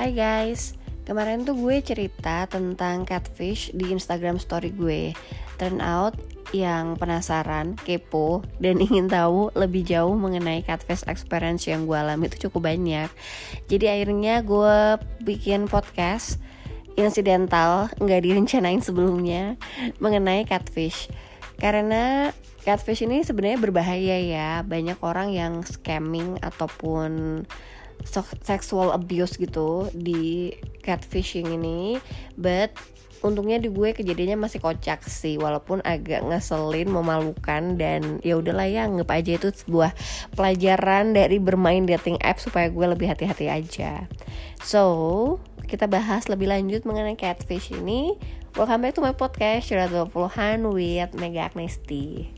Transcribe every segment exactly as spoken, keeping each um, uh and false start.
Hai guys, kemarin tuh gue cerita tentang catfish di Instagram story gue. Turn out yang penasaran, kepo, dan ingin tahu lebih jauh mengenai catfish experience yang gue alami itu cukup banyak. Jadi akhirnya gue bikin podcast insidental, nggak direncanain sebelumnya, mengenai catfish. Karena catfish ini sebenarnya berbahaya ya. Banyak orang yang scamming ataupun sexual abuse gitu di catfishing ini. But untungnya di gue kejadiannya masih kocak sih, walaupun agak ngeselin, memalukan, dan ya udahlah ya, anggap aja itu sebuah pelajaran dari bermain dating app supaya gue lebih hati-hati aja. So, kita bahas lebih lanjut mengenai catfish ini. Welcome back to my podcast Curhat dua puluhan with Mega Agnesti.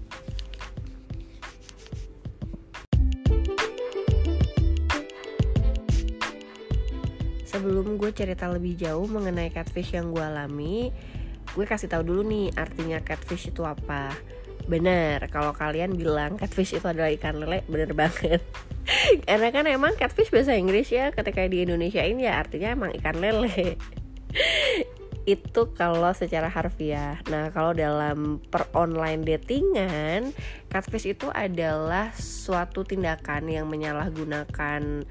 Sebelum gue cerita lebih jauh mengenai catfish yang gue alami, gue kasih tahu dulu nih artinya catfish itu apa. Bener, kalau kalian bilang catfish itu adalah ikan lele, bener banget. Karena kan emang catfish bahasa Inggris ya, ketika di Indonesia ini ya artinya emang ikan lele. Itu kalau secara harfiah. Nah, kalau dalam per online datingan, catfish itu adalah suatu tindakan yang menyalahgunakan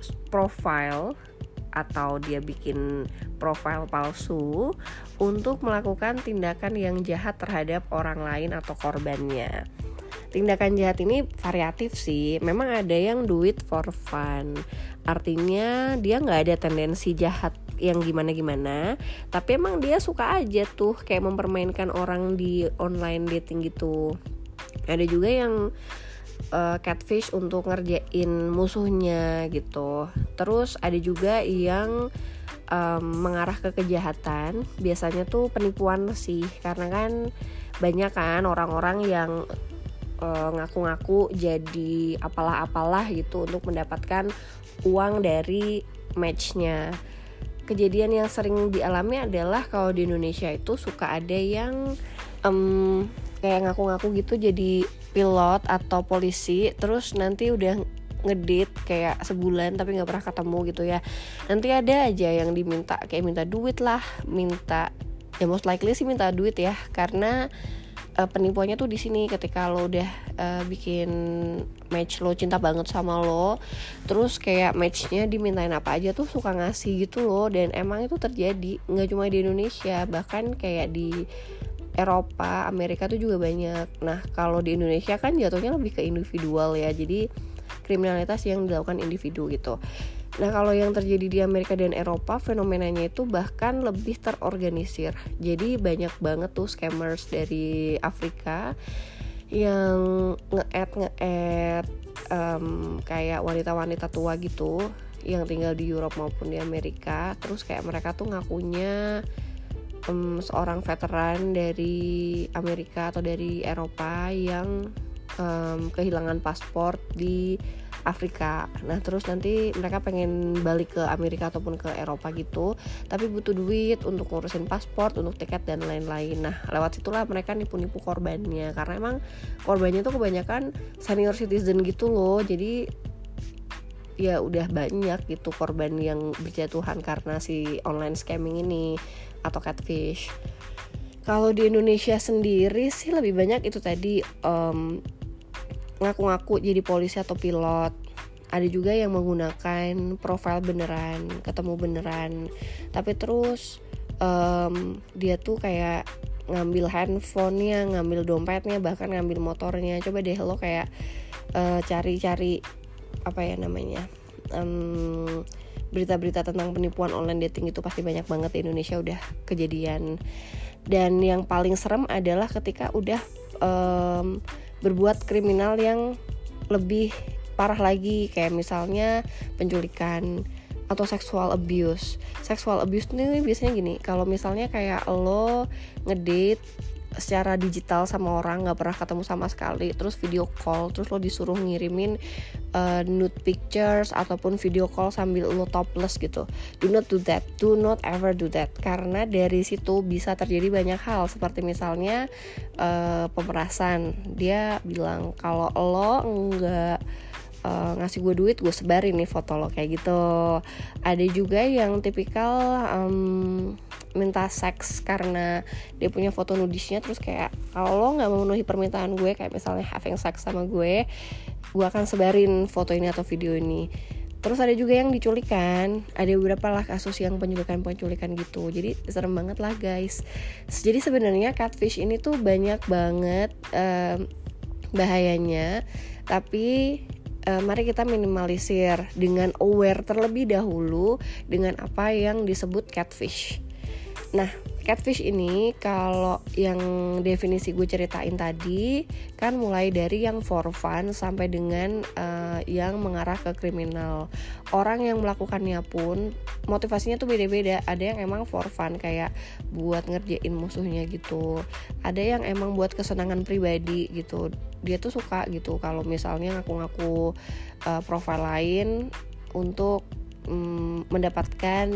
profile atau dia bikin profil palsu untuk melakukan tindakan yang jahat terhadap orang lain atau korbannya. Tindakan jahat ini variatif sih. Memang ada yang do it for fun. Artinya dia gak ada tendensi jahat yang gimana-gimana, tapi emang dia suka aja tuh kayak mempermainkan orang di online dating gitu. Ada juga yang Uh, catfish untuk ngerjain musuhnya gitu. Terus ada juga yang um, mengarah ke kejahatan. Biasanya tuh penipuan sih, karena kan banyak kan orang-orang yang uh, ngaku-ngaku jadi apalah-apalah gitu untuk mendapatkan uang dari matchnya. Kejadian yang sering dialami adalah kalau di Indonesia itu suka ada yang um, kayak ngaku-ngaku gitu jadi pilot atau polisi, terus nanti udah ngedate kayak sebulan tapi nggak pernah ketemu gitu ya. Nanti ada aja yang diminta kayak minta duit lah, minta ya most likely sih minta duit ya, karena uh, penipuannya tuh di sini. Ketika lo udah uh, bikin match, lo cinta banget sama lo, terus kayak matchnya dimintain apa aja tuh suka ngasih gitu loh. Dan emang itu terjadi nggak cuma di Indonesia, bahkan kayak di Eropa, Amerika tuh juga banyak. Nah, kalau di Indonesia kan jatuhnya lebih ke individual ya. Jadi kriminalitas yang dilakukan individu gitu. Nah, kalau yang terjadi di Amerika dan Eropa, fenomenanya itu bahkan lebih terorganisir. Jadi banyak banget tuh scammers dari Afrika yang nge-add nge-add um, kayak wanita-wanita tua gitu yang tinggal di Eropa maupun di Amerika. Terus kayak mereka tuh ngakunya Um, seorang veteran dari Amerika atau dari Eropa yang um, kehilangan paspor di Afrika. Nah, terus nanti mereka pengen balik ke Amerika ataupun ke Eropa gitu, tapi butuh duit untuk ngurusin paspor, untuk tiket dan lain-lain. Nah, lewat situlah mereka nipu-nipu korbannya, karena emang korbannya tuh kebanyakan senior citizen gitu loh. Jadi ya udah banyak gitu korban yang berjatuhan karena si online scamming ini atau catfish. Kalau di Indonesia sendiri sih lebih banyak itu tadi um, ngaku-ngaku jadi polisi atau pilot. Ada juga yang menggunakan profil beneran, ketemu beneran, tapi terus um, dia tuh kayak ngambil handphonenya, ngambil dompetnya, bahkan ngambil motornya. Coba deh lo kayak uh, cari-cari apa ya namanya um, berita-berita tentang penipuan online dating itu pasti banyak banget di Indonesia udah kejadian. Dan yang paling serem adalah ketika udah um, berbuat kriminal yang lebih parah lagi, kayak misalnya penculikan atau sexual abuse. Sexual abuse ini biasanya gini, kalau misalnya kayak lo ngedate secara digital sama orang, nggak pernah ketemu sama sekali, terus video call, terus lo disuruh ngirimin uh, nude pictures ataupun video call sambil lo topless gitu. Do not do that, do not ever do that, karena dari situ bisa terjadi banyak hal, seperti misalnya uh, pemerasan. Dia bilang kalau lo nggak uh, ngasih gue duit, gue sebarin nih foto lo kayak gitu. Ada juga yang tipikal um, minta seks karena dia punya foto nudisnya, terus kayak kalau lo nggak memenuhi permintaan gue, kayak misalnya having sex sama gue, gue akan sebarin foto ini atau video ini. Terus ada juga yang diculikan, ada beberapa lah kasus yang penculikan-penculikan gitu. Jadi serem banget lah guys. Jadi sebenarnya catfish ini tuh banyak banget um, bahayanya, tapi um, mari kita minimalisir dengan aware terlebih dahulu dengan apa yang disebut catfish. Nah, catfish ini kalau yang definisi gue ceritain tadi kan mulai dari yang for fun sampai dengan uh, yang mengarah ke kriminal. Orang yang melakukannya pun motivasinya tuh beda-beda. Ada yang emang for fun kayak buat ngerjain musuhnya gitu. Ada yang emang buat kesenangan pribadi gitu. Dia tuh suka gitu kalau misalnya ngaku-ngaku uh, profile lain untuk um, mendapatkan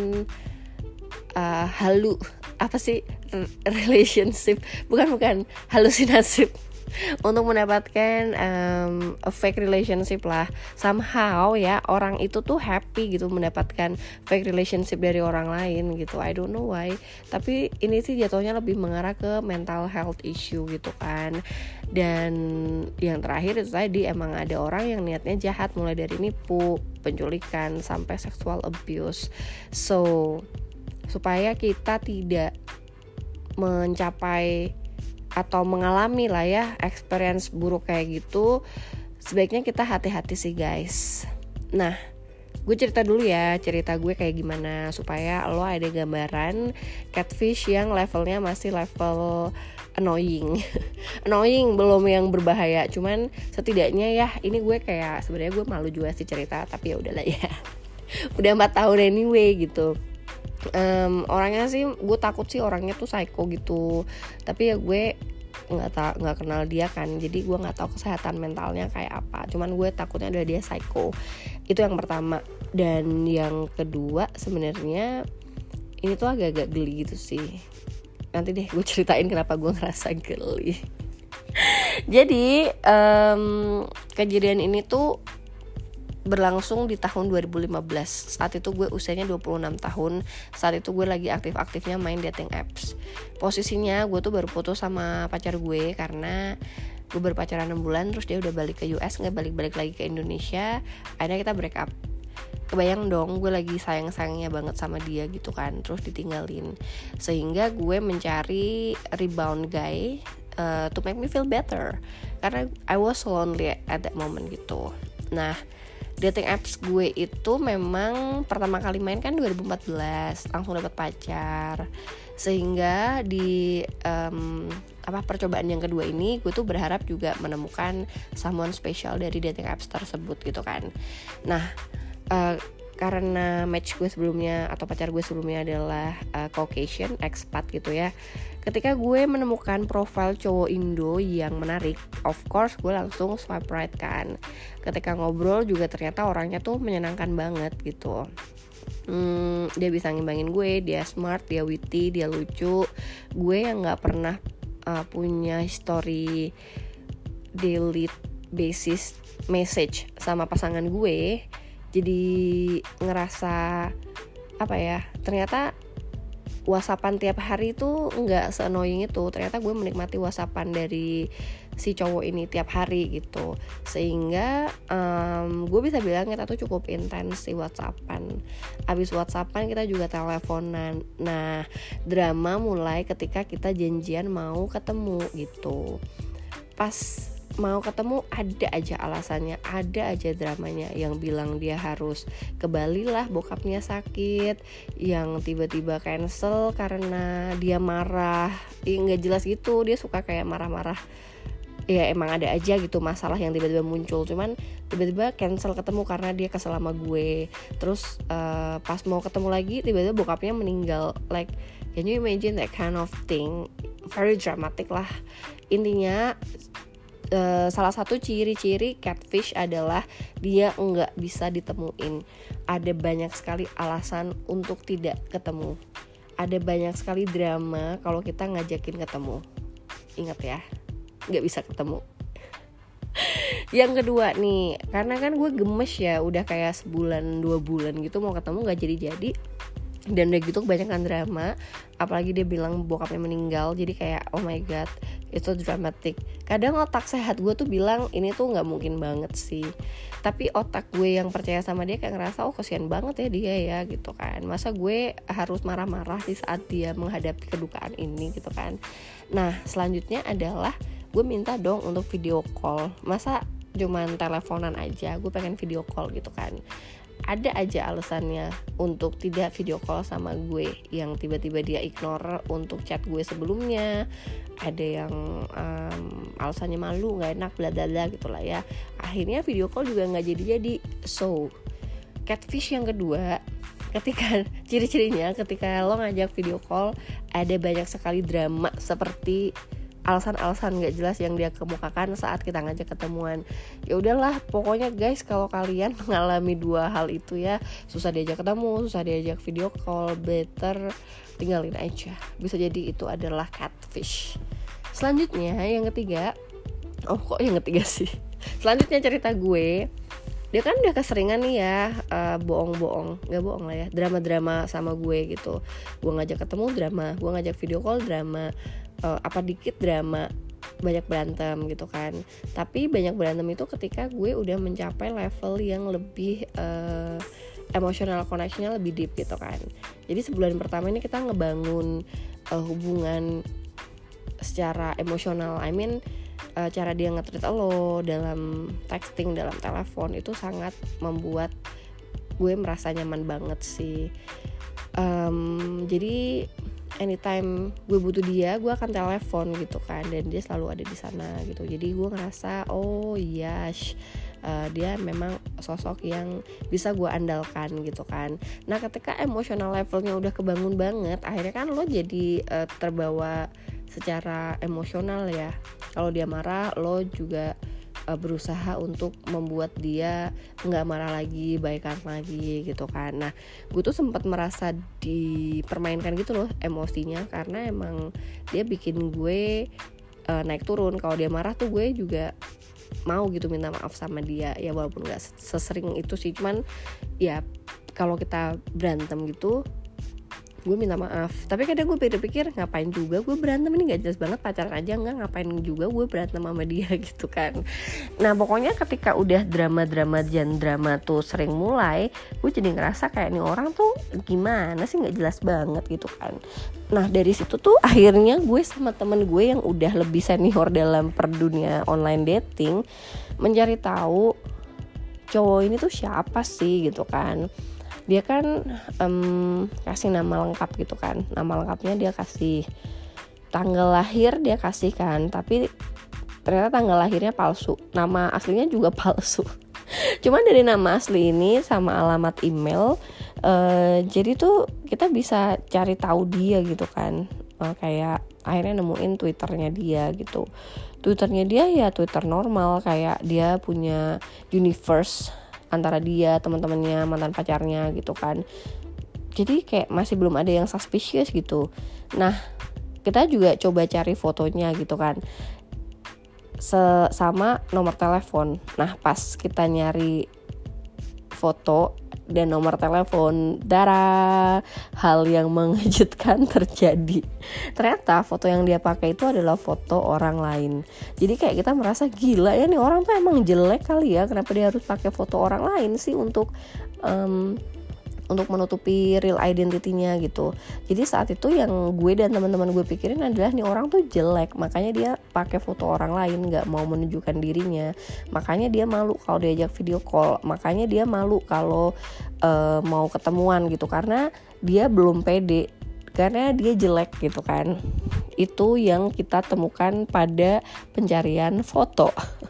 Uh, halu apa sih relationship bukan bukan halusinasi untuk mendapatkan um, a fake relationship lah. Somehow ya orang itu tuh happy gitu mendapatkan fake relationship dari orang lain gitu. I don't know why, tapi ini sih jatuhnya lebih mengarah ke mental health issue gitu kan. Dan yang terakhir itu tadi, emang ada orang yang niatnya jahat, mulai dari nipu, penculikan sampai sexual abuse. So supaya kita tidak mencapai atau mengalami lah ya experience buruk kayak gitu, sebaiknya kita hati-hati sih guys. Nah, gue cerita dulu ya, cerita gue kayak gimana supaya lo ada gambaran catfish yang levelnya masih level annoying. Annoying belum yang berbahaya, cuman setidaknya ya ini gue kayak sebenarnya gue malu juga sih cerita, tapi ya udahlah ya. Udah empat tahun anyway gitu. Um, orangnya sih gue takut sih orangnya tuh psycho gitu, tapi ya gue nggak tak nggak kenal dia kan, jadi gue nggak tahu kesehatan mentalnya kayak apa, cuman gue takutnya adalah dia psycho. Itu yang pertama. Dan yang kedua sebenarnya ini tuh agak-agak geli gitu sih, nanti deh gue ceritain kenapa gue ngerasa geli. Jadi um, kejadian ini tuh berlangsung di tahun dua ribu lima belas. Saat itu gue usianya dua puluh enam tahun. Saat itu gue lagi aktif-aktifnya main dating apps. Posisinya gue tuh baru putus sama pacar gue karena gue berpacaran enam bulan, terus dia udah balik ke U S, gak balik-balik lagi ke Indonesia. Akhirnya kita break up. Kebayang dong, gue lagi sayang-sayangnya banget sama dia gitu kan, terus ditinggalin. Sehingga gue mencari rebound guy uh, to make me feel better, karena I was lonely at that moment gitu. Nah, dating apps gue itu memang pertama kali main kan dua ribu empat belas, langsung dapat pacar. Sehingga di um, apa percobaan yang kedua ini gue tuh berharap juga menemukan someone special dari dating apps tersebut gitu kan. Nah, uh, karena match gue sebelumnya atau pacar gue sebelumnya adalah uh, Caucasian, expat gitu ya. Ketika gue menemukan profil cowok Indo yang menarik, of course gue langsung swipe right kan. Ketika ngobrol juga ternyata orangnya tuh menyenangkan banget gitu. Hmm, dia bisa ngimbangin gue, dia smart, dia witty, dia lucu. Gue yang gak pernah uh, punya history daily basis message sama pasangan gue, jadi ngerasa apa ya, ternyata whatsappan tiap hari itu nggak se-annoying itu. Ternyata gue menikmati whatsappan dari si cowok ini tiap hari gitu. Sehingga um, gue bisa bilang kita tuh cukup intens di whatsappan. Abis whatsappan kita juga teleponan. Nah, drama mulai ketika kita janjian mau ketemu gitu. Pas mau ketemu ada aja alasannya, ada aja dramanya. Yang bilang dia harus ke Bali lah, bokapnya sakit. Yang tiba-tiba cancel karena dia marah, ya nggak jelas gitu. Dia suka kayak marah-marah. Ya emang ada aja gitu masalah yang tiba-tiba muncul. Cuman tiba-tiba cancel ketemu karena dia kesel sama gue. Terus uh, pas mau ketemu lagi tiba-tiba bokapnya meninggal. Like, can you imagine that kind of thing? Very dramatic lah. Intinya Uh, salah satu ciri-ciri catfish adalah dia nggak bisa ditemuin. Ada banyak sekali alasan untuk tidak ketemu. Ada banyak sekali drama kalau kita ngajakin ketemu. Ingat ya, nggak bisa ketemu. Yang kedua nih, karena kan gue gemes ya, udah kayak sebulan dua bulan gitu mau ketemu nggak jadi-jadi. Dan udah gitu kebanyakan drama, apalagi dia bilang bokapnya meninggal, jadi kayak oh my god, itu dramatic. Kadang otak sehat gue tuh bilang ini tuh nggak mungkin banget sih, tapi otak gue yang percaya sama dia kayak ngerasa oh kasihan banget ya dia ya gitu kan, masa gue harus marah-marah di saat dia menghadapi kedukaan ini gitu kan. Nah selanjutnya adalah gue minta dong untuk video call, masa cuman teleponan aja, gue pengen video call gitu kan. Ada aja alasannya untuk tidak video call sama gue, yang tiba-tiba dia ignore untuk chat gue sebelumnya, ada yang um, alasannya malu, nggak enak, bla bla bla gitulah ya. Akhirnya video call juga nggak jadi-jadi. So catfish yang kedua, ketika ciri-cirinya ketika lo ngajak video call ada banyak sekali drama seperti alasan-alasan nggak jelas yang dia kemukakan saat kita ngajak ketemuan. Ya udahlah, pokoknya guys, kalau kalian mengalami dua hal itu ya, susah diajak ketemu, susah diajak video call, better tinggalin aja. Bisa jadi itu adalah catfish. Selanjutnya yang ketiga, oh kok yang ketiga sih? Selanjutnya cerita gue, dia kan udah keseringan nih ya uh, bohong-bohong, nggak bohong lah ya, drama-drama sama gue gitu. Gue ngajak ketemu drama, gue ngajak video call drama. Uh, apa dikit drama, banyak berantem gitu kan. Tapi banyak berantem itu ketika gue udah mencapai level yang lebih uh, emotional connection-nya lebih deep gitu kan. Jadi sebulan pertama ini kita ngebangun uh, hubungan secara emosional. I mean uh, cara dia nge-treat lo dalam texting, dalam telepon itu sangat membuat gue merasa nyaman banget sih. Um, jadi anytime gue butuh dia, gue akan telepon gitu kan, dan dia selalu ada di sana gitu. Jadi gue ngerasa oh yes, uh, dia memang sosok yang bisa gue andalkan gitu kan. Nah ketika emotional levelnya udah kebangun banget, akhirnya kan lo jadi uh, terbawa secara emosional ya. Kalau dia marah, lo juga uh, berusaha untuk membuat dia nggak marah lagi, baikan lagi gitu kan. Nah gue tuh sempat merasa dipermainkan gitu loh emosinya, karena emang dia bikin gue uh, naik turun. Kalau dia marah tuh gue juga mau gitu minta maaf sama dia ya, walaupun nggak sesering itu sih, cuman ya kalau kita berantem gitu gue minta maaf. Tapi kadang gue pikir-pikir ngapain juga gue berantem, ini gak jelas banget, pacaran aja enggak, ngapain juga gue berantem sama dia gitu kan. Nah pokoknya ketika udah drama-drama dan drama tuh sering mulai, gue jadi ngerasa kayak nih orang tuh gimana sih, gak jelas banget gitu kan. Nah dari situ tuh akhirnya gue sama temen gue yang udah lebih senior dalam per dunia online dating mencari tahu cowok ini tuh siapa sih gitu kan. Dia kan um, kasih nama lengkap gitu kan, nama lengkapnya dia kasih, tanggal lahir dia kasih kan, tapi ternyata tanggal lahirnya palsu, nama aslinya juga palsu. Cuman dari nama asli ini sama alamat email, uh, jadi tuh kita bisa cari tahu dia gitu kan, uh, kayak akhirnya nemuin twitternya dia gitu. Twitternya dia ya Twitter normal, kayak dia punya universe antara dia, teman-temannya, mantan pacarnya gitu kan. Jadi kayak masih belum ada yang suspicious gitu. Nah kita juga coba cari fotonya gitu kan, Se- sama nomor telepon. Nah pas kita nyari foto dan nomor telepon, darah, hal yang mengejutkan terjadi. Ternyata foto yang dia pakai itu adalah foto orang lain. Jadi kayak kita merasa gila ya, nih orang tuh emang jelek kali ya, kenapa dia harus pakai foto orang lain sih untuk um, untuk menutupi real identity-nya gitu. Jadi saat itu yang gue dan teman-teman gue pikirin adalah nih orang tuh jelek, makanya dia pakai foto orang lain, nggak mau menunjukkan dirinya. Makanya dia malu kalau diajak video call, makanya dia malu kalau uh, mau ketemuan gitu, karena dia belum pede, karena dia jelek gitu kan. Itu yang kita temukan pada pencarian foto.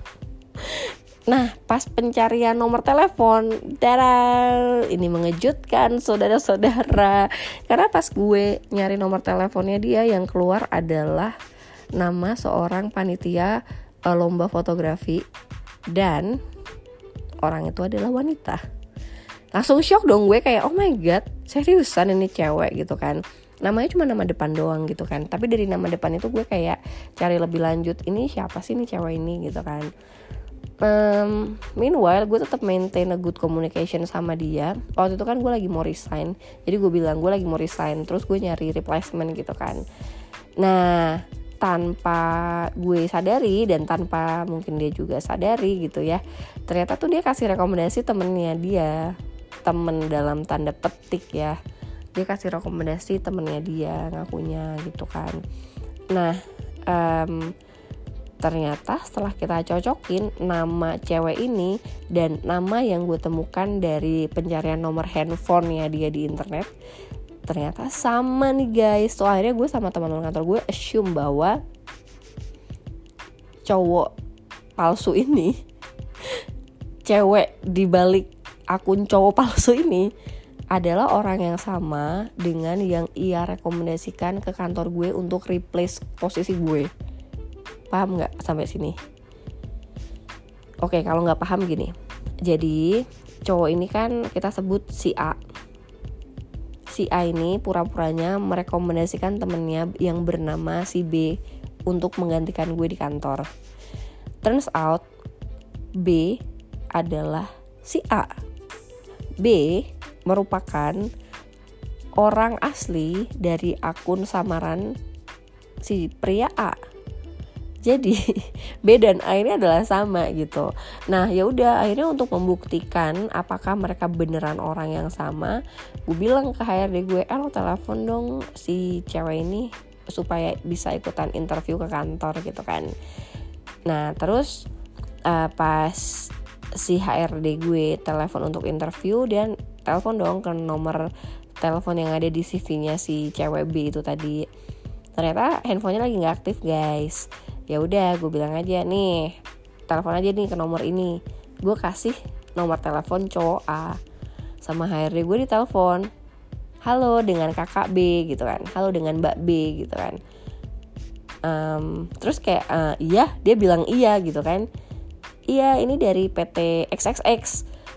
Nah pas pencarian nomor telepon, tada, ini mengejutkan saudara-saudara, karena pas gue nyari nomor teleponnya dia, yang keluar adalah nama seorang panitia uh, lomba fotografi, dan orang itu adalah wanita. Langsung shock dong gue, kayak oh my god, seriusan ini cewek gitu kan. Namanya cuma nama depan doang gitu kan, tapi dari nama depan itu gue kayak cari lebih lanjut, ini siapa sih ini cewek ini gitu kan. Um, meanwhile gue tetap maintain a good communication sama dia. Waktu itu kan gue lagi mau resign, jadi gue bilang gue lagi mau resign, terus gue nyari replacement gitu kan. Nah tanpa gue sadari dan tanpa mungkin dia juga sadari gitu ya, ternyata tuh dia kasih rekomendasi temennya dia, temen dalam tanda petik ya, dia kasih rekomendasi temennya dia ngakunya gitu kan. Nah um, ternyata setelah kita cocokin nama cewek ini dan nama yang gue temukan dari pencarian nomor handphonenya dia di internet, ternyata sama nih guys. So akhirnya gue sama teman-teman kantor gue assume bahwa cowok palsu ini, cewek dibalik akun cowok palsu ini adalah orang yang sama dengan yang ia rekomendasikan ke kantor gue untuk replace posisi gue. Paham gak sampai sini? Oke, kalau gak paham gini. Jadi cowok ini kan kita sebut si A. Si A ini pura-puranya merekomendasikan temennya yang bernama si B untuk menggantikan gue di kantor. Turns out B adalah si A. B merupakan orang asli dari akun samaran si pria A. Jadi B dan A ini adalah sama gitu. Nah ya udah, akhirnya untuk membuktikan apakah mereka beneran orang yang sama, gue bilang ke H R D gue, eh lo telepon dong si cewek ini supaya bisa ikutan interview ke kantor gitu kan. Nah terus uh, pas si H R D gue telepon untuk interview, dan telepon dong ke nomor telepon yang ada di C V-nya si cewek B itu tadi. Ternyata handphonenya lagi nggak aktif guys. Ya udah, gue bilang aja nih, telepon aja nih ke nomor ini. Gue kasih nomor telepon cowok A, sama H R D gue ditelepon, halo dengan kakak B gitu kan, halo dengan mbak B gitu kan. Um, terus kayak uh, iya, dia bilang iya gitu kan. Iya, ini dari P T X X X.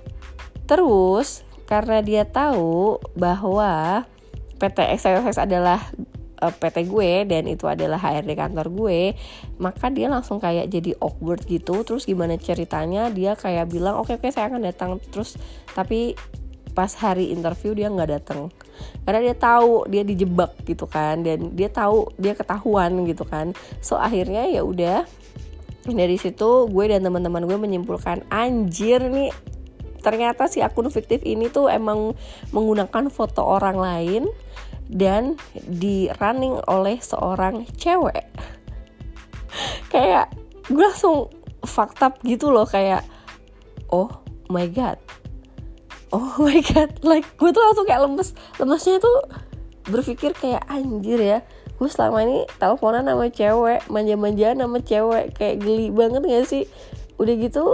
Terus karena dia tahu bahwa P T X X X adalah P T gue dan itu adalah H R D kantor gue, maka dia langsung kayak jadi awkward gitu. Terus gimana ceritanya, dia kayak bilang oke oke saya akan datang. Terus tapi pas hari interview dia nggak datang karena dia tahu dia dijebak gitu kan, dan dia tahu dia ketahuan gitu kan. So akhirnya ya udah, dari situ gue dan teman-teman gue menyimpulkan, anjir nih ternyata si akun fiktif ini tuh emang menggunakan foto orang lain dan di running oleh seorang cewek. Kayak gue langsung fucked up gitu loh, kayak oh my god, oh my god, like gue tuh langsung kayak lemes. Lemesnya tuh berpikir kayak anjir ya, gue selama ini teleponan sama cewek, manja-manjaan sama cewek, kayak geli banget gak sih? Udah gitu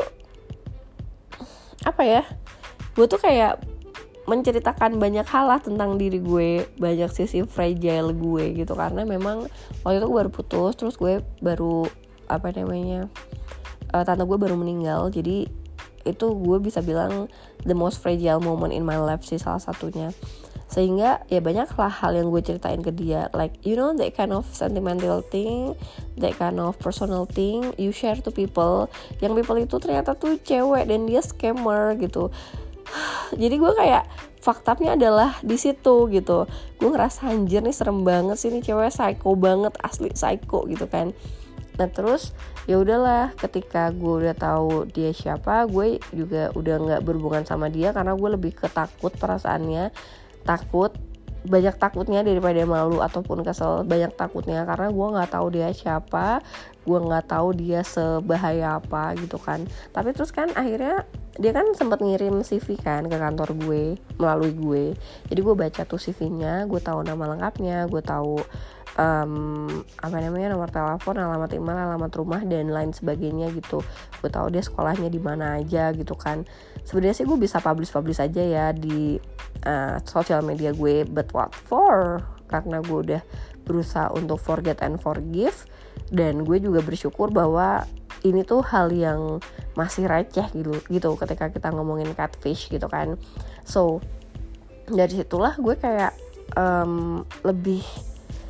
apa ya, gue tuh kayak menceritakan banyak hal lah tentang diri gue, banyak sisi fragile gue gitu, karena memang waktu itu gue baru putus, terus gue baru apa namanya uh, tante gue baru meninggal, jadi itu gue bisa bilang the most fragile moment in my life sih salah satunya. Sehingga ya banyak lah hal yang gue ceritain ke dia, like you know that kind of sentimental thing, that kind of personal thing you share to people, yang people itu ternyata tuh cewek dan dia scammer gitu. Jadi gue kayak fucked up-nya adalah di situ gitu. Gue ngerasa anjir nih serem banget sih, nih cewek psycho banget, asli psycho gitu kan. Nah terus ya udahlah, ketika gue udah tahu dia siapa, gue juga udah nggak berhubungan sama dia karena gue lebih ketakut perasaannya, takut, banyak takutnya daripada malu ataupun kesel. Banyak takutnya karena gue nggak tahu dia siapa, gue nggak tahu dia sebahaya apa gitu kan. Tapi terus kan akhirnya dia kan sempat ngirim C V kan ke kantor gue melalui gue, jadi gue baca tuh C V-nya, gue tahu nama lengkapnya, gue tahu um, apa namanya nomor telepon, alamat email, alamat rumah dan lain sebagainya gitu. Gue tahu dia sekolahnya di mana aja gitu kan. Sebenarnya sih gue bisa publish publish aja ya di uh, sosial media gue, but what for? Karena gue udah berusaha untuk forget and forgive, dan gue juga bersyukur bahwa ini tuh hal yang masih receh gitu gitu ketika kita ngomongin catfish gitu kan. So dari situlah gue kayak um, lebih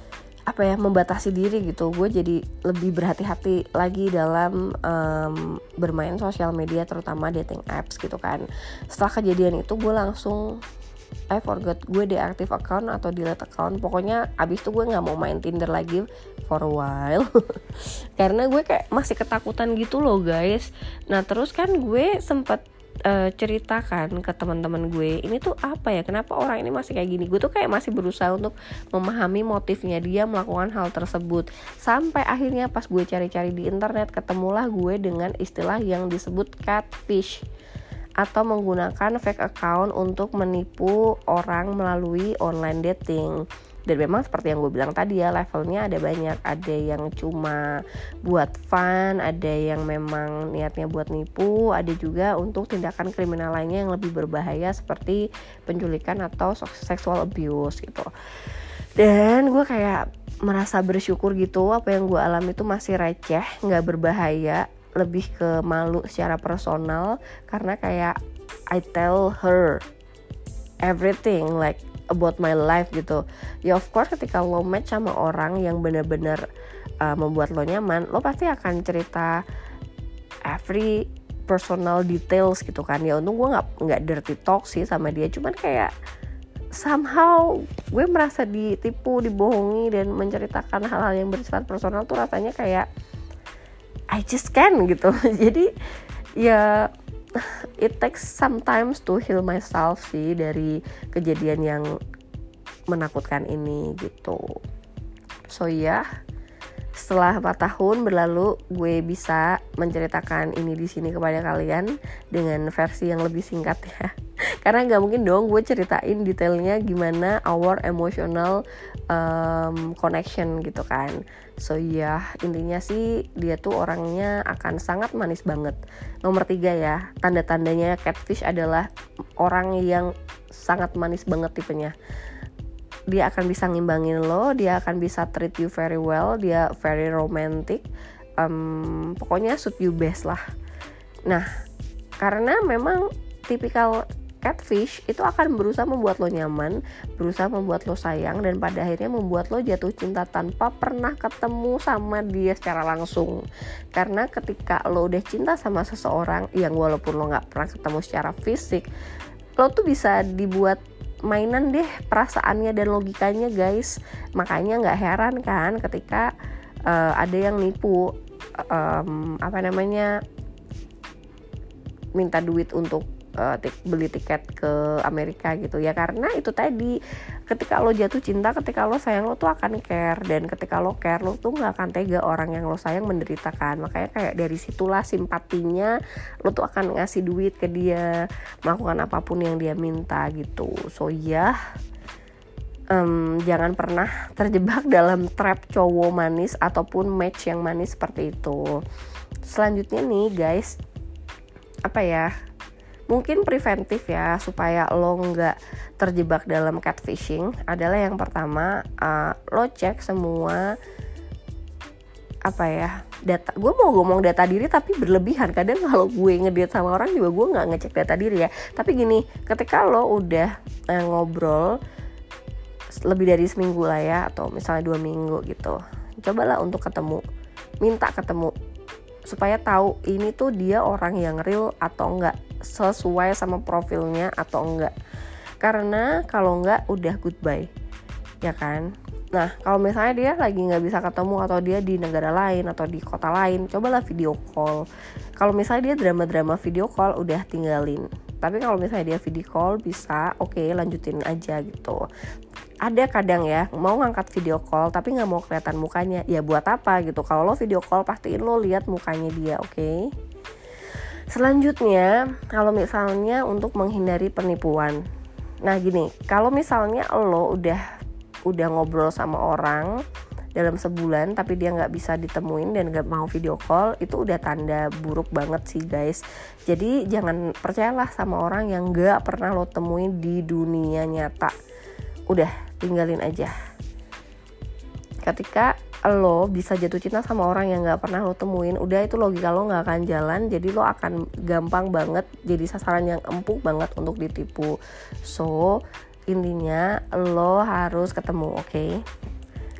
apa ya, membatasi diri gitu. Gue jadi lebih berhati-hati lagi dalam um, bermain sosial media, terutama dating apps gitu kan. Setelah kejadian itu gue langsung I forgot, gue deactive account atau delete account. Pokoknya abis itu gue gak mau main Tinder lagi for a while karena gue kayak masih ketakutan gitu loh guys. Nah terus kan gue sempet uh, ceritakan ke teman-teman gue, ini tuh apa ya, kenapa orang ini masih kayak gini. Gue tuh kayak masih berusaha untuk memahami motifnya dia melakukan hal tersebut. Sampai akhirnya pas gue cari-cari di internet, ketemulah gue dengan istilah yang disebut catfish, atau menggunakan fake account untuk menipu orang melalui online dating. Dan memang seperti yang gue bilang tadi ya, levelnya ada banyak. Ada yang cuma buat fun, ada yang memang niatnya buat nipu, ada juga untuk tindakan kriminal lainnya yang lebih berbahaya seperti penculikan atau sexual abuse gitu. Dan gue kayak merasa bersyukur gitu, apa yang gue alami itu masih receh, gak berbahaya, lebih ke malu secara personal, karena kayak I tell her everything like about my life gitu. Ya of course ketika lo match sama orang yang benar-benar uh, membuat lo nyaman, lo pasti akan cerita every personal details gitu kan. Ya untung gue nggak nggak dirty talk sih sama dia, cuman kayak somehow gue merasa ditipu, dibohongi, dan menceritakan hal-hal yang bersifat personal tuh rasanya kayak I just can gitu. Jadi ya it takes sometimes to heal myself sih dari kejadian yang menakutkan ini gitu. So ya yeah, setelah empat tahun berlalu, gue bisa menceritakan ini di sini kepada kalian dengan versi yang lebih singkat ya. Karena nggak mungkin dong gue ceritain detailnya gimana our emotional um, connection gitu kan. So ya yeah, intinya sih dia tuh orangnya akan sangat manis banget. Nomor tiga ya, tanda-tandanya catfish adalah orang yang sangat manis banget tipenya. Dia akan bisa ngimbangin lo, dia akan bisa treat you very well, dia very romantic, um, pokoknya suit you best lah. Nah, karena memang tipikal catfish itu akan berusaha membuat lo nyaman, berusaha membuat lo sayang, dan pada akhirnya membuat lo jatuh cinta tanpa pernah ketemu sama dia secara langsung. Karena ketika lo udah cinta sama seseorang yang walaupun lo gak pernah ketemu secara fisik, lo tuh bisa dibuat mainan deh perasaannya dan logikanya guys. Makanya gak heran kan ketika uh, ada yang nipu um, apa namanya minta duit untuk uh, t- beli tiket ke Amerika gitu ya. Karena itu tadi, ketika lo jatuh cinta, ketika lo sayang, lo tuh akan care. Dan ketika lo care, lo tuh gak akan tega orang yang lo sayang menderita kan. Makanya kayak dari situlah simpatinya, lo tuh akan ngasih duit ke dia, melakukan apapun yang dia minta gitu. So ya yeah, um, jangan pernah terjebak dalam trap cowok manis ataupun match yang manis seperti itu. Selanjutnya nih guys, apa ya, mungkin preventif ya supaya lo nggak terjebak dalam catfishing adalah yang pertama, uh, lo cek semua apa ya data. Gue mau ngomong data diri tapi berlebihan. Kadang kalau gue ngedate sama orang juga gue nggak ngecek data diri ya. Tapi gini, ketika lo udah uh, ngobrol lebih dari seminggu lah ya, atau misalnya dua minggu gitu, cobalah untuk ketemu, minta ketemu, supaya tahu ini tuh dia orang yang real atau enggak, sesuai sama profilnya atau enggak. Karena kalau enggak udah goodbye, ya kan. Nah kalau misalnya dia lagi nggak bisa ketemu, atau dia di negara lain atau di kota lain, cobalah video call. Kalau misalnya dia drama-drama video call, udah tinggalin. Tapi kalau misalnya dia video call bisa, oke okay, lanjutin aja gitu. Ada kadang ya mau ngangkat video call tapi nggak mau kelihatan mukanya, ya buat apa gitu. Kalau lo video call pastiin lo lihat mukanya dia, oke okay? Selanjutnya, kalau misalnya untuk menghindari penipuan, nah gini, kalau misalnya lo udah udah ngobrol sama orang dalam sebulan tapi dia nggak bisa ditemuin dan nggak mau video call, itu udah tanda buruk banget sih guys. Jadi jangan percayalah sama orang yang nggak pernah lo temuin di dunia nyata. Udah tinggalin aja. Ketika lo bisa jatuh cinta sama orang yang gak pernah lo temuin, udah itu logika lo gak akan jalan. Jadi lo akan gampang banget jadi sasaran yang empuk banget untuk ditipu. So intinya lo harus ketemu, oke okay?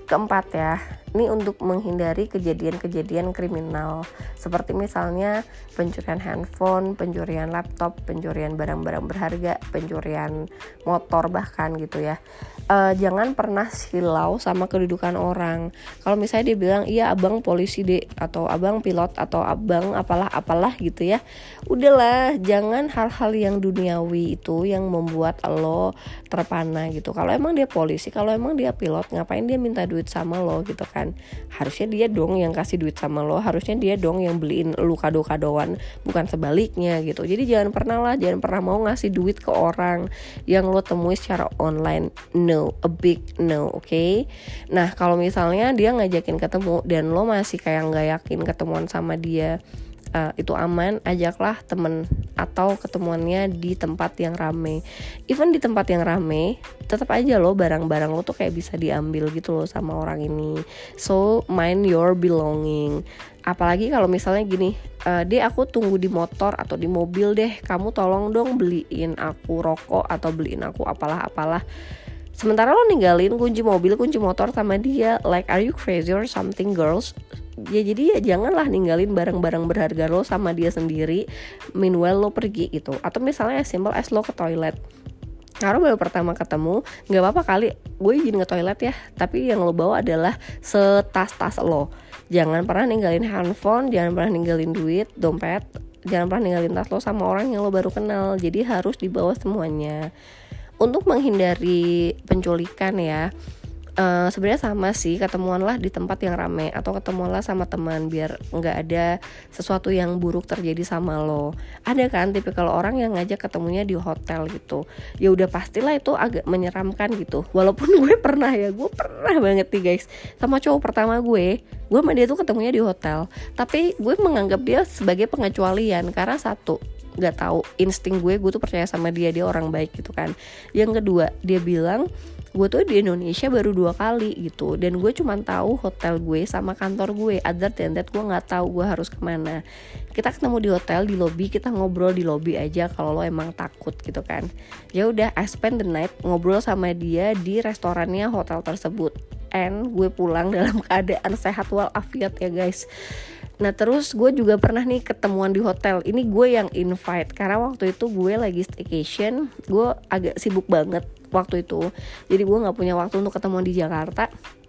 Keempat ya, ini untuk menghindari kejadian-kejadian kriminal seperti misalnya pencurian handphone, pencurian laptop, pencurian barang-barang berharga, pencurian motor bahkan gitu ya. Uh, jangan pernah silau sama kedudukan orang. Kalau misalnya dia bilang iya abang polisi deh, atau abang pilot, atau abang apalah-apalah gitu ya, udahlah, jangan hal-hal yang duniawi itu yang membuat lo terpana gitu. Kalau emang dia polisi, kalau emang dia pilot, ngapain dia minta duit sama lo gitu kan. Harusnya dia dong yang kasih duit sama lo, harusnya dia dong yang beliin lo kado-kadoan, bukan sebaliknya gitu. Jadi jangan pernah lah, jangan pernah mau ngasih duit ke orang yang lo temui secara online. No, a big no, oke? Okay? Nah, kalau misalnya dia ngajakin ketemu dan lo masih kayak nggak yakin ketemuan sama dia uh, itu aman, ajaklah temen atau ketemuannya di tempat yang rame. Even di tempat yang rame, tetap aja lo barang-barang lo tuh kayak bisa diambil gitu loh sama orang ini. So, mind your belonging. Apalagi kalau misalnya gini, uh, deh aku tunggu di motor atau di mobil deh, kamu tolong dong beliin aku rokok atau beliin aku apalah-apalah. Sementara lo ninggalin kunci mobil, kunci motor sama dia. Like, are you crazy or something, girls? Ya jadi ya janganlah ninggalin barang-barang berharga lo sama dia sendiri meanwhile lo pergi gitu. Atau misalnya as simple as lo ke toilet, karena baru pertama ketemu, gak apa-apa kali gue izin ke toilet ya, tapi yang lo bawa adalah setas-tas lo. Jangan pernah ninggalin handphone, jangan pernah ninggalin duit, dompet, jangan pernah ninggalin tas lo sama orang yang lo baru kenal. Jadi harus dibawa semuanya. Untuk menghindari penculikan ya, Uh, sebenarnya sama sih, ketemuanlah di tempat yang ramai atau ketemuanlah sama teman biar nggak ada sesuatu yang buruk terjadi sama lo. Ada kan tipikal orang yang ngajak ketemunya di hotel gitu, ya udah pastilah itu agak menyeramkan gitu. Walaupun gue pernah ya, gue pernah banget nih guys sama cowok pertama gue, gue sama dia tuh ketemunya di hotel, tapi gue menganggap dia sebagai pengecualian karena satu, nggak tahu insting gue, gue tuh percaya sama dia, dia orang baik gitu kan. Yang kedua, dia bilang gue tuh di Indonesia baru dua kali gitu, dan gue cuma tahu hotel gue sama kantor gue. Other than that gue nggak tahu gue harus kemana. Kita ketemu di hotel, di lobby, kita ngobrol di lobby aja kalau lo emang takut gitu kan. Ya udah, I spend the night ngobrol sama dia di restorannya hotel tersebut, and gue pulang dalam keadaan sehat walafiat ya guys. Nah terus gue juga pernah nih ketemuan di hotel. Ini gue yang invite karena waktu itu gue lagi staycation, gue agak sibuk banget waktu itu, jadi gue nggak punya waktu untuk ketemuan di Jakarta.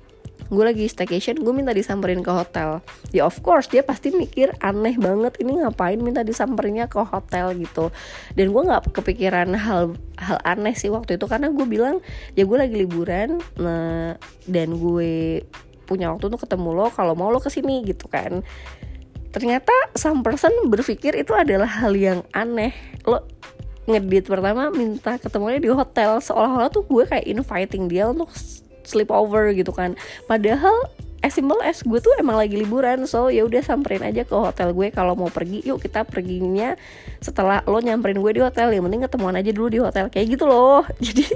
Gue lagi staycation, gue minta disamperin ke hotel. Ya of course dia pasti mikir aneh banget, ini ngapain minta disamperinnya ke hotel gitu. Dan gue nggak kepikiran hal hal aneh sih waktu itu, karena gue bilang ya gue lagi liburan, nah, dan gue punya waktu untuk ketemu lo kalau mau lo kesini gitu kan. Ternyata some person berpikir itu adalah hal yang aneh. Lo ngedate pertama minta ketemunya di hotel, seolah-olah tuh gue kayak inviting dia untuk sleep over gitu kan. Padahal as simple as gue tuh emang lagi liburan, so ya udah samperin aja ke hotel gue, kalau mau pergi yuk kita perginya setelah lo nyamperin gue di hotel, yang penting ketemuan aja dulu di hotel, kayak gitu loh. Jadi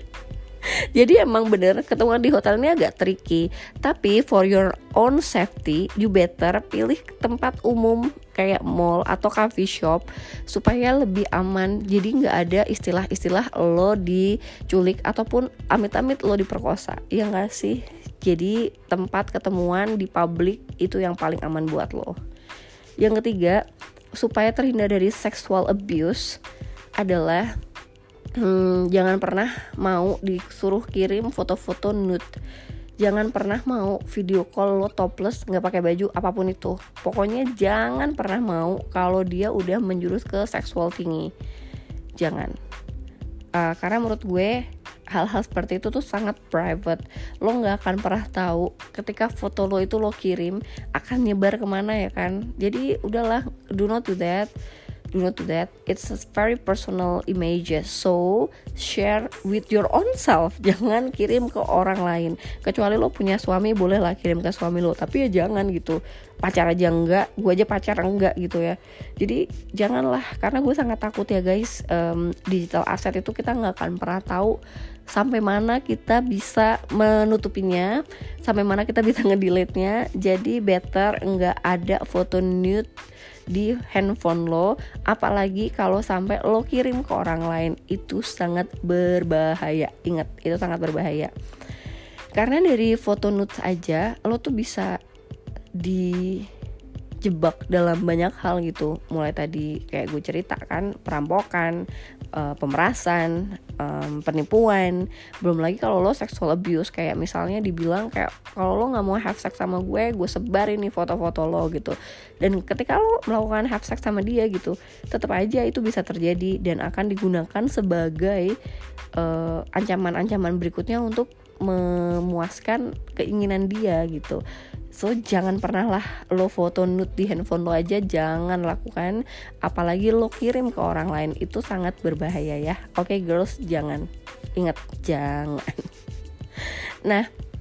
Jadi emang bener ketemuan di hotel ini agak tricky. Tapi for your own safety, you better pilih tempat umum kayak mall atau coffee shop supaya lebih aman. Jadi gak ada istilah-istilah lo diculik ataupun amit-amit lo diperkosa, ya gak sih? Jadi tempat ketemuan di publik itu yang paling aman buat lo. Yang ketiga, supaya terhindar dari sexual abuse adalah Hmm, jangan pernah mau disuruh kirim foto-foto nude. Jangan pernah mau video call lo topless, nggak pakai baju apapun itu. Pokoknya jangan pernah mau kalau dia udah menjurus ke seksual tinggi. Jangan. Uh, karena menurut gue hal-hal seperti itu tuh sangat private. Lo nggak akan pernah tahu ketika foto lo itu lo kirim akan nyebar kemana ya kan. Jadi udahlah, do not do that. Do not do that. It's a very personal images. So share with your own self. Jangan kirim ke orang lain. Kecuali lo punya suami, boleh lah kirim ke suami lo. Tapi ya jangan gitu. Pacar aja enggak. Gue aja pacar enggak gitu ya. Jadi janganlah. Karena gue sangat takut ya guys. um, Digital asset itu kita gak akan pernah tahu sampai mana kita bisa menutupinya, sampai mana kita bisa ngedelete-nya. Jadi better enggak ada foto nude di handphone lo, apalagi kalau sampai lo kirim ke orang lain. Itu sangat berbahaya. Ingat, itu sangat berbahaya. Karena dari foto nudes aja lo tuh bisa dijebak dalam banyak hal gitu. Mulai tadi kayak gue cerita kan, perampokan, uh, pemerasan, um, penipuan. Belum lagi kalau lo sexual abuse, kayak misalnya dibilang kayak kalau lo nggak mau have sex sama gue, gue sebarin nih foto-foto lo gitu. Dan ketika lo melakukan have sex sama dia gitu, tetap aja itu bisa terjadi dan akan digunakan sebagai uh, ancaman-ancaman berikutnya untuk memuaskan keinginan dia gitu. So jangan pernah lah lo foto nude di handphone lo aja, jangan lakukan. Apalagi lo kirim ke orang lain, itu sangat berbahaya ya. Oke okay, girls, jangan. Ingat, jangan. Nah,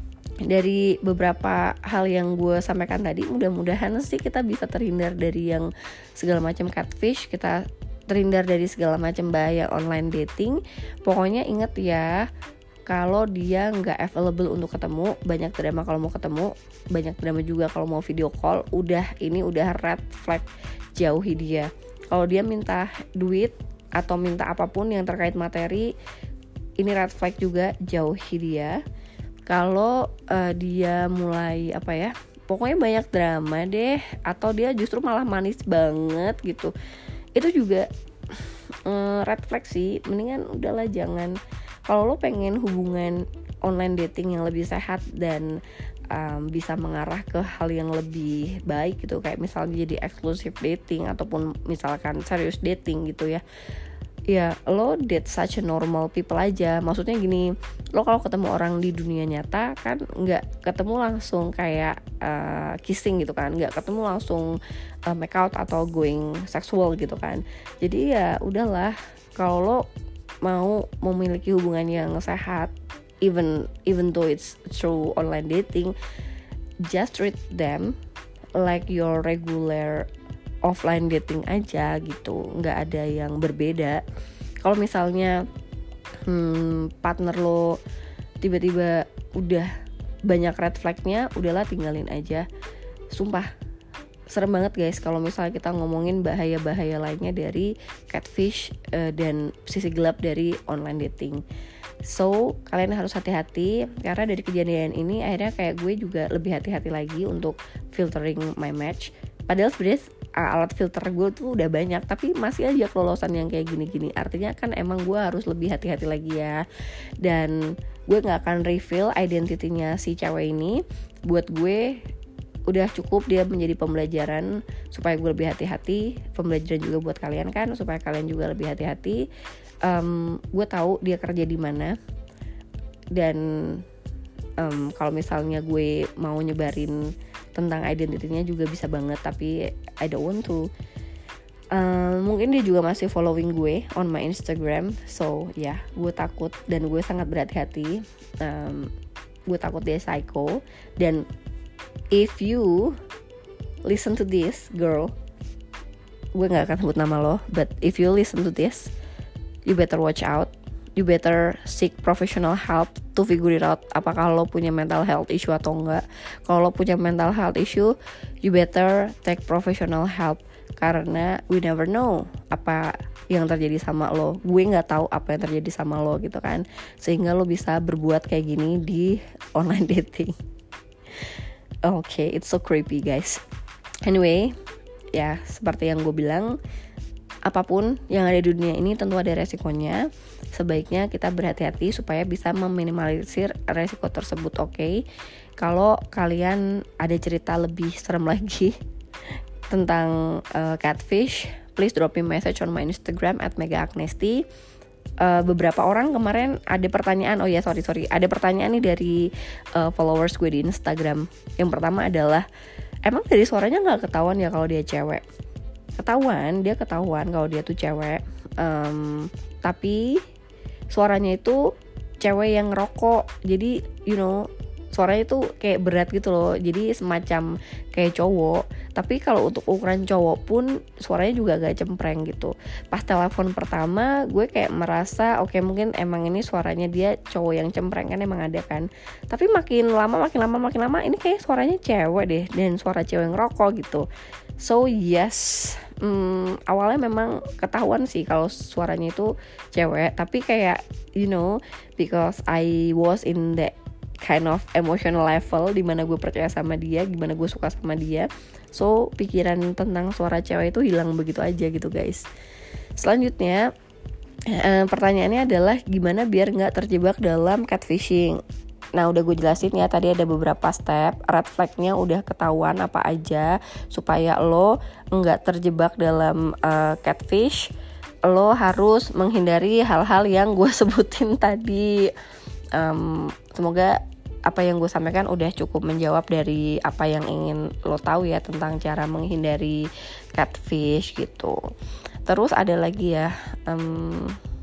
dari beberapa hal yang gue sampaikan tadi, mudah-mudahan sih kita bisa terhindar dari yang segala macam catfish. Kita terhindar dari segala macam bahaya online dating. Pokoknya ingat ya, kalau dia nggak available untuk ketemu, banyak drama kalau mau ketemu, banyak drama juga kalau mau video call. Udah, ini udah red flag, jauhi dia. Kalau dia minta duit atau minta apapun yang terkait materi, ini red flag juga, jauhi dia. Kalau uh, dia mulai apa ya, pokoknya banyak drama deh, atau dia justru malah manis banget gitu, itu juga uh, red flag sih. Mendingan udahlah jangan. Kalau lo pengen hubungan online dating yang lebih sehat dan um, bisa mengarah ke hal yang lebih baik gitu, kayak misalnya jadi exclusive dating ataupun misalkan serious dating gitu ya, ya lo date such a normal people aja. Maksudnya gini, lo kalau ketemu orang di dunia nyata kan nggak ketemu langsung kayak uh, kissing gitu kan, nggak ketemu langsung uh, make out atau going sexual gitu kan. Jadi ya udahlah, kalau lo mau memiliki hubungan yang sehat, even even though it's through online dating, just treat them like your regular offline dating aja gitu, nggak ada yang berbeda. Kalau misalnya hmm, partner lo tiba-tiba udah banyak red flagnya, udahlah tinggalin aja. Sumpah serem banget guys kalau misalnya kita ngomongin bahaya-bahaya lainnya dari catfish uh, dan sisi gelap dari online dating. So kalian harus hati-hati, karena dari kejadian ini akhirnya kayak gue juga lebih hati-hati lagi untuk filtering my match. Padahal sebenarnya alat filter gue tuh udah banyak, tapi masih aja kelolosan yang kayak gini-gini. Artinya kan emang gue harus lebih hati-hati lagi ya. Dan gue gak akan reveal identitinya si cewek ini. Buat gue udah cukup dia menjadi pembelajaran supaya gue lebih hati-hati, pembelajaran juga buat kalian kan, supaya kalian juga lebih hati-hati. Um, gue tahu dia kerja di mana, dan um, kalau misalnya gue mau nyebarin tentang identitinya juga bisa banget, tapi I don't want to. Um, mungkin dia juga masih following gue on my Instagram, so ya yeah, gue takut dan gue sangat berhati-hati. Um, gue takut dia psycho. Dan if you listen to this girl, gue gak akan sebut nama lo, but if you listen to this, you better watch out. You better seek professional help to figure it out, apakah lo punya mental health issue atau enggak. Kalau lo punya mental health issue, you better take professional help, karena we never know apa yang terjadi sama lo. Gue gak tahu apa yang terjadi sama lo gitu kan, sehingga lo bisa berbuat kayak gini di online dating. Oke, okay, it's so creepy guys. Anyway, ya seperti yang gue bilang, apapun yang ada di dunia ini tentu ada resikonya. Sebaiknya kita berhati-hati supaya bisa meminimalisir resiko tersebut. Oke, okay? Kalau kalian ada cerita lebih serem lagi tentang uh, catfish, please drop me message on my Instagram at mega agnesti. Uh, beberapa orang kemarin ada pertanyaan, oh ya sorry sorry, ada pertanyaan nih dari uh, followers gue di Instagram. Yang pertama adalah, emang dari suaranya nggak ketahuan ya kalau dia cewek? Ketahuan, dia ketahuan kalau dia tuh cewek, um, tapi suaranya itu cewek yang ngerokok, jadi you know suaranya tuh kayak berat gitu loh, jadi semacam kayak cowok. Tapi kalau untuk ukuran cowok pun suaranya juga agak cempreng gitu. Pas telepon pertama gue kayak merasa oke okay, mungkin emang ini suaranya dia cowok yang cempreng kan, emang ada kan. Tapi makin lama makin lama makin lama ini kayak suaranya cewek deh, dan suara cewek yang ngerokok gitu. So yes, hmm, awalnya memang ketahuan sih kalau suaranya itu cewek, tapi kayak you know because I was in the kind of emotional level, dimana gue percaya sama dia, gimana gue suka sama dia. So pikiran tentang suara cewek itu hilang begitu aja gitu guys. Selanjutnya eh, pertanyaannya adalah gimana biar gak terjebak dalam catfishing. Nah udah gue jelasin ya, tadi ada beberapa step, red flagnya udah ketahuan apa aja supaya lo nggak terjebak dalam uh, catfish. Lo harus menghindari hal-hal yang gue sebutin tadi. um, Semoga apa yang gue sampaikan udah cukup menjawab dari apa yang ingin lo tahu ya tentang cara menghindari catfish gitu. Terus ada lagi ya, um,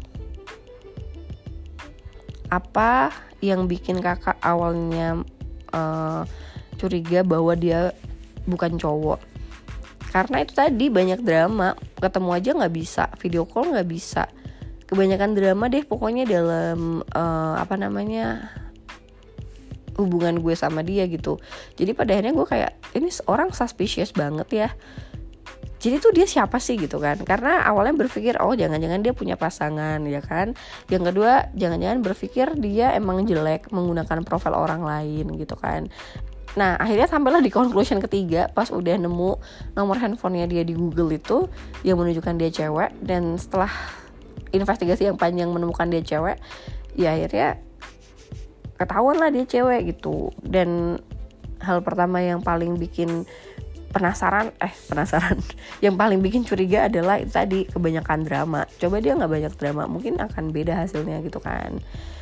apa yang bikin kakak awalnya uh, curiga bahwa dia bukan cowok? Karena itu tadi banyak drama, ketemu aja nggak bisa, video call nggak bisa, kebanyakan drama deh pokoknya dalam uh, apa namanya hubungan gue sama dia gitu. Jadi pada akhirnya gue kayak ini orang suspicious banget ya. Jadi tuh dia siapa sih gitu kan? Karena awalnya berpikir oh jangan-jangan dia punya pasangan ya kan. Yang kedua jangan-jangan berpikir dia emang jelek menggunakan profil orang lain gitu kan. Nah akhirnya sampailah di conclusion ketiga pas udah nemu nomor handphonenya dia di Google itu yang menunjukkan dia cewek. Dan setelah investigasi yang panjang menemukan dia cewek, ya akhirnya ketahuan lah dia cewek gitu. Dan hal pertama yang paling bikin penasaran eh penasaran yang paling bikin curiga adalah itu tadi kebanyakan drama. Coba dia nggak banyak drama mungkin akan beda hasilnya gitu kan.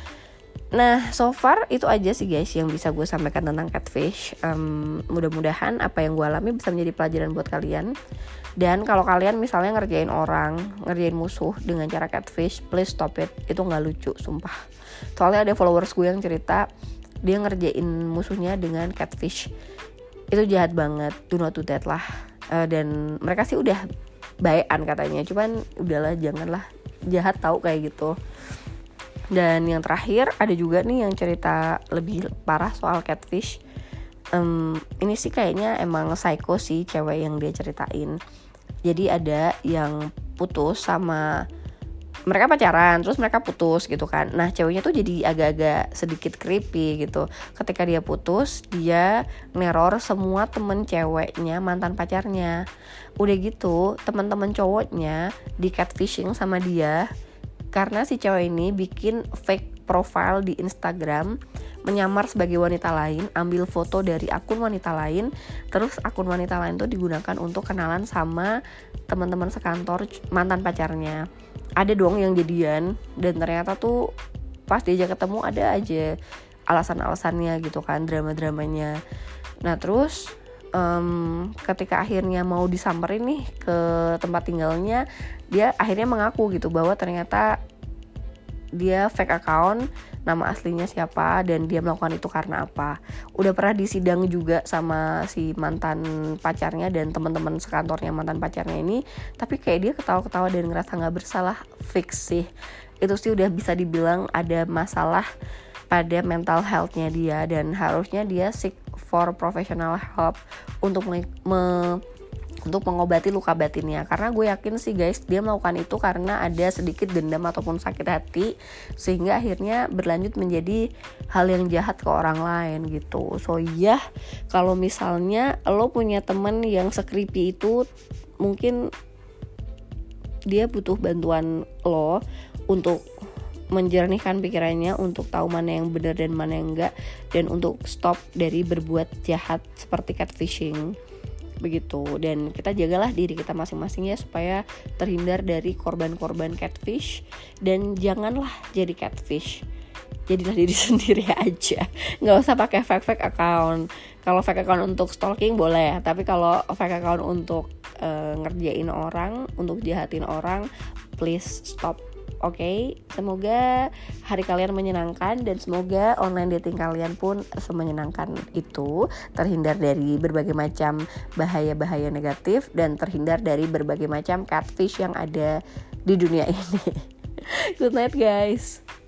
Nah so far itu aja sih guys yang bisa gue sampaikan tentang catfish. um, mudah-mudahan apa yang gue alami bisa menjadi pelajaran buat kalian. Dan kalau kalian misalnya ngerjain orang, ngerjain musuh dengan cara catfish, please stop it. Itu nggak lucu sumpah. Soalnya ada followers gue yang cerita dia ngerjain musuhnya dengan catfish. Itu jahat banget, do not do that lah. uh, Dan mereka sih udah baekan katanya, cuman udahlah janganlah, jahat tahu kayak gitu. Dan yang terakhir ada juga nih yang cerita lebih parah soal catfish. um, Ini sih kayaknya emang psycho sih cewek yang dia ceritain. Jadi ada yang putus sama, mereka pacaran terus mereka putus gitu kan. Nah ceweknya tuh jadi agak-agak sedikit creepy gitu. Ketika dia putus, dia neror semua temen ceweknya mantan pacarnya. Udah gitu teman-teman cowoknya di catfishing sama dia karena si cewek ini bikin fake profile di Instagram, menyamar sebagai wanita lain, ambil foto dari akun wanita lain, terus akun wanita lain tuh digunakan untuk kenalan sama teman-teman sekantor mantan pacarnya. Ada dong yang jadian, dan ternyata tuh pas diajak ketemu ada aja alasan-alasannya gitu kan, drama-dramanya. Nah terus um, ketika akhirnya mau disamperin nih ke tempat tinggalnya, dia akhirnya mengaku gitu bahwa ternyata dia fake account, nama aslinya siapa, dan dia melakukan itu karena apa. Udah pernah disidang juga sama si mantan pacarnya dan teman-teman sekantornya mantan pacarnya ini, tapi kayak dia ketawa-ketawa dan ngerasa nggak bersalah. Fix sih, itu sih udah bisa dibilang ada masalah pada mental health-nya dia, dan harusnya dia seek for professional help untuk me- me- untuk mengobati luka batinnya. Karena gue yakin sih guys, dia melakukan itu karena ada sedikit dendam ataupun sakit hati, sehingga akhirnya berlanjut menjadi hal yang jahat ke orang lain gitu. So ya, kalau misalnya lo punya temen yang se-creepy itu, mungkin dia butuh bantuan lo untuk menjernihkan pikirannya, untuk tahu mana yang benar dan mana yang enggak, dan untuk stop dari berbuat jahat seperti catfishing begitu. Dan kita jagalah diri kita masing-masing ya, supaya terhindar dari korban-korban catfish, dan janganlah jadi catfish. Jadilah diri sendiri aja, nggak usah pakai fake-fake account. Kalau fake account untuk stalking boleh, tapi kalau fake account untuk uh, ngerjain orang, untuk jahatin orang, please stop. Oke, okay? Semoga hari kalian menyenangkan, dan semoga online dating kalian pun semenyenangkan itu, terhindar dari berbagai macam bahaya-bahaya negatif, dan terhindar dari berbagai macam catfish yang ada di dunia ini. Good night guys.